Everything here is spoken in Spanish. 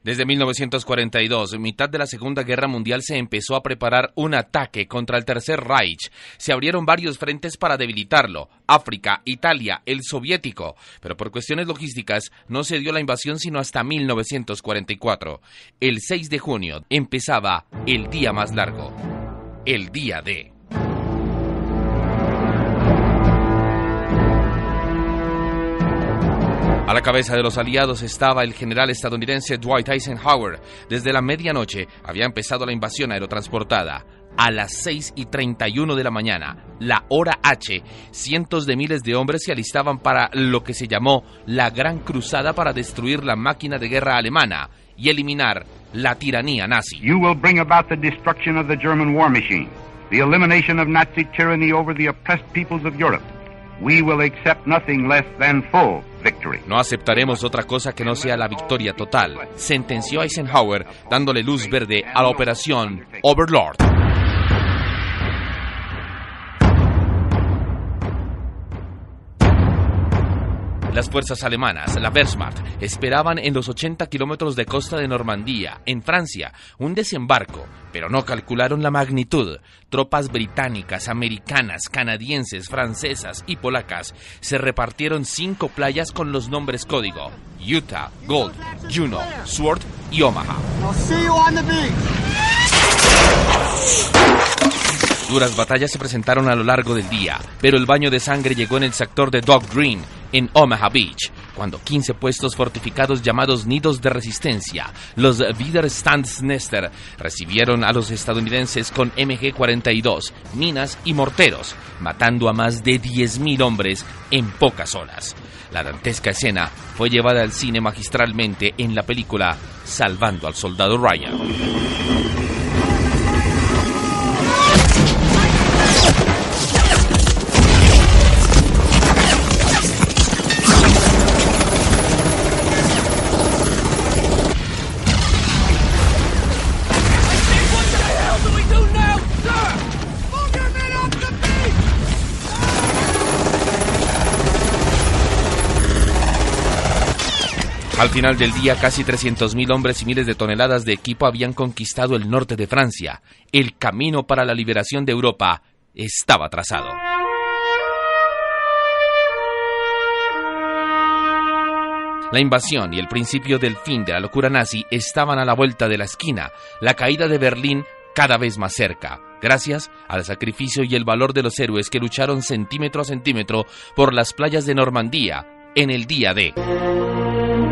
Desde 1942, mitad de la Segunda Guerra Mundial, se empezó a preparar un ataque contra el Tercer Reich. Se abrieron varios frentes para debilitarlo: África, Italia, el soviético. Pero por cuestiones logísticas no se dio la invasión sino hasta 1944. El 6 de junio empezaba el día más largo, el día D. A la cabeza de los aliados estaba el general estadounidense Dwight Eisenhower. Desde la medianoche había empezado la invasión aerotransportada. A las 6:31 de la mañana, la hora H, cientos de miles de hombres se alistaban para lo que se llamó la Gran Cruzada para destruir la máquina de guerra alemana y eliminar la tiranía nazi. You will bring about the destruction of the German war machine, the elimination of Nazi tyranny over the oppressed peoples of Europe. We will accept nothing less than full victory. No aceptaremos otra cosa que no sea la victoria total, sentenció Eisenhower, dándole luz verde a la operación Overlord. Las fuerzas alemanas, la Wehrmacht, esperaban en los 80 kilómetros de costa de Normandía, en Francia, un desembarco, pero no calcularon la magnitud. Tropas británicas, americanas, canadienses, francesas y polacas se repartieron 5 playas con los nombres código: Utah, Gold, Juno, Sword y Omaha. Duras batallas se presentaron a lo largo del día, pero el baño de sangre llegó en el sector de Dog Green, en Omaha Beach, cuando 15 puestos fortificados llamados nidos de resistencia, los Widerstandsnester, recibieron a los estadounidenses con MG-42, minas y morteros, matando a más de 10,000 hombres en pocas horas. La dantesca escena fue llevada al cine magistralmente en la película Salvando al Soldado Ryan. Al final del día, casi 300,000 hombres y miles de toneladas de equipo habían conquistado el norte de Francia. El camino para la liberación de Europa estaba trazado. La invasión y el principio del fin de la locura nazi estaban a la vuelta de la esquina, la caída de Berlín cada vez más cerca, gracias al sacrificio y el valor de los héroes que lucharon centímetro a centímetro por las playas de Normandía en el día D.